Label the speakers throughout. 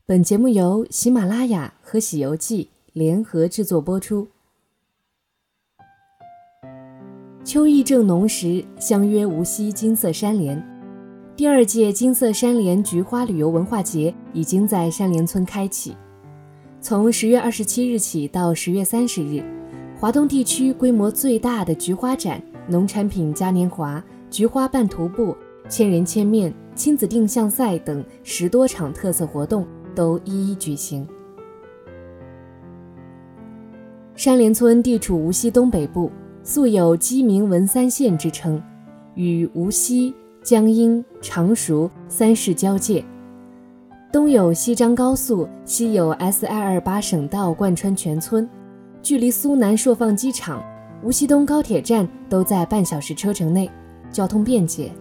Speaker 1: 本节目由喜马拉雅和喜游记联合制作播出。秋意正浓时，相约无锡金色山莲。第2届金色山莲菊花旅游文化节已经在山莲村开启。从10月27日起到10月30日，华东地区规模最大的菊花展、农产品嘉年华、菊花伴徒步、千人千面、亲子定向赛等10多场特色活动都一一举行。山莲村地处无锡东北部，素有鸡鸣文三县之称，与无锡、江阴、常熟3市交界。东有西张高速，西有 S228 省道贯穿全村，距离苏南朔放机场、无锡东高铁站都在半小时车程内，交通便捷。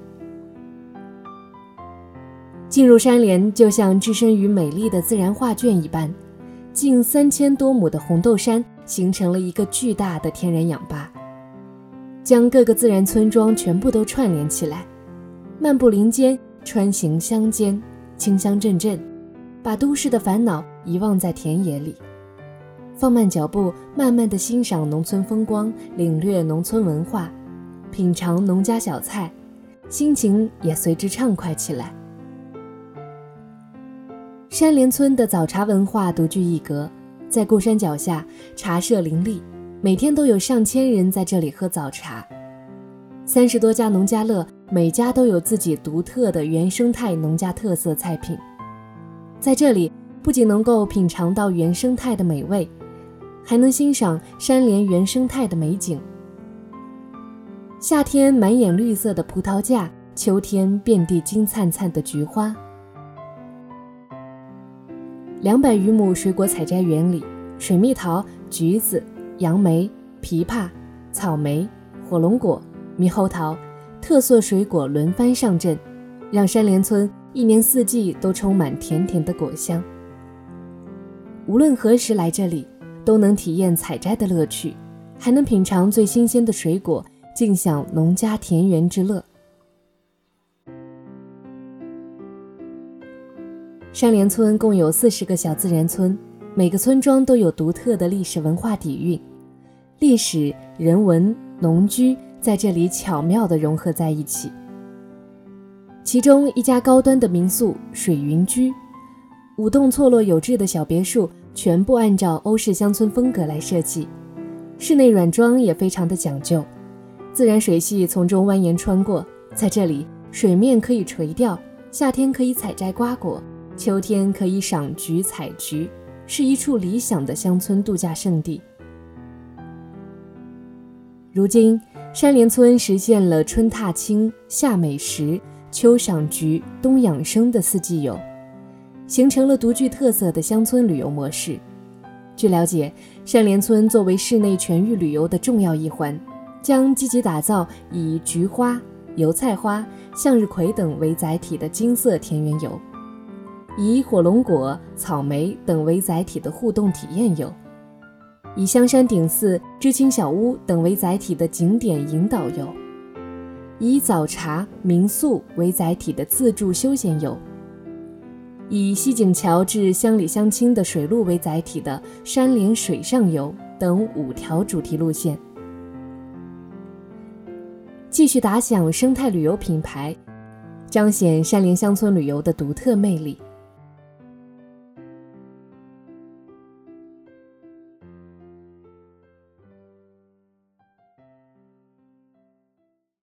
Speaker 1: 进入山莲就像置身于美丽的自然画卷一般，近3000多亩的红豆杉形成了一个巨大的天然氧吧，将各个自然村庄全部都串联起来。漫步林间，穿行乡间，清香阵阵，把都市的烦恼遗忘在田野里。放慢脚步，慢慢地欣赏农村风光，领略农村文化，品尝农家小菜，心情也随之畅快起来。山莲村的早茶文化独具一格，在故山脚下，茶社林立，每天都有上千人在这里喝早茶。30多家农家乐，每家都有自己独特的原生态农家特色菜品。在这里，不仅能够品尝到原生态的美味，还能欣赏山莲原生态的美景。夏天满眼绿色的葡萄架，秋天遍地金灿灿的菊花。200余亩水果采摘园里，水蜜桃、橘子、杨梅、枇杷、草莓、火龙果、猕猴桃特色水果轮番上阵，让山莲村一年四季都充满甜甜的果香。无论何时来这里，都能体验采摘的乐趣，还能品尝最新鲜的水果，尽享农家田园之乐。山莲村共有40个小自然村，每个村庄都有独特的历史文化底蕴，历史、人文、农居在这里巧妙地融合在一起。其中一家高端的民宿水云居，5栋错落有致的小别墅全部按照欧式乡村风格来设计，室内软装也非常的讲究，自然水系从中蜿蜒穿过，在这里水面可以垂钓，夏天可以采摘瓜果，秋天可以赏菊采菊，是一处理想的乡村度假胜地。如今山莲村实现了春踏青、夏美食、秋赏菊、冬养生的4季游，形成了独具特色的乡村旅游模式。据了解，山莲村作为市内全域旅游的重要一环，将积极打造以菊花、油菜花、向日葵等为载体的金色田园游，以火龙果、草莓等为载体的互动体验游，以香山顶寺、知青小屋等为载体的景点引导游，以早茶、民宿为载体的自助休闲游，以西景桥至乡里乡亲的水路为载体的山莲水上游等5条主题路线。继续打响生态旅游品牌，彰显山莲乡村旅游的独特魅力。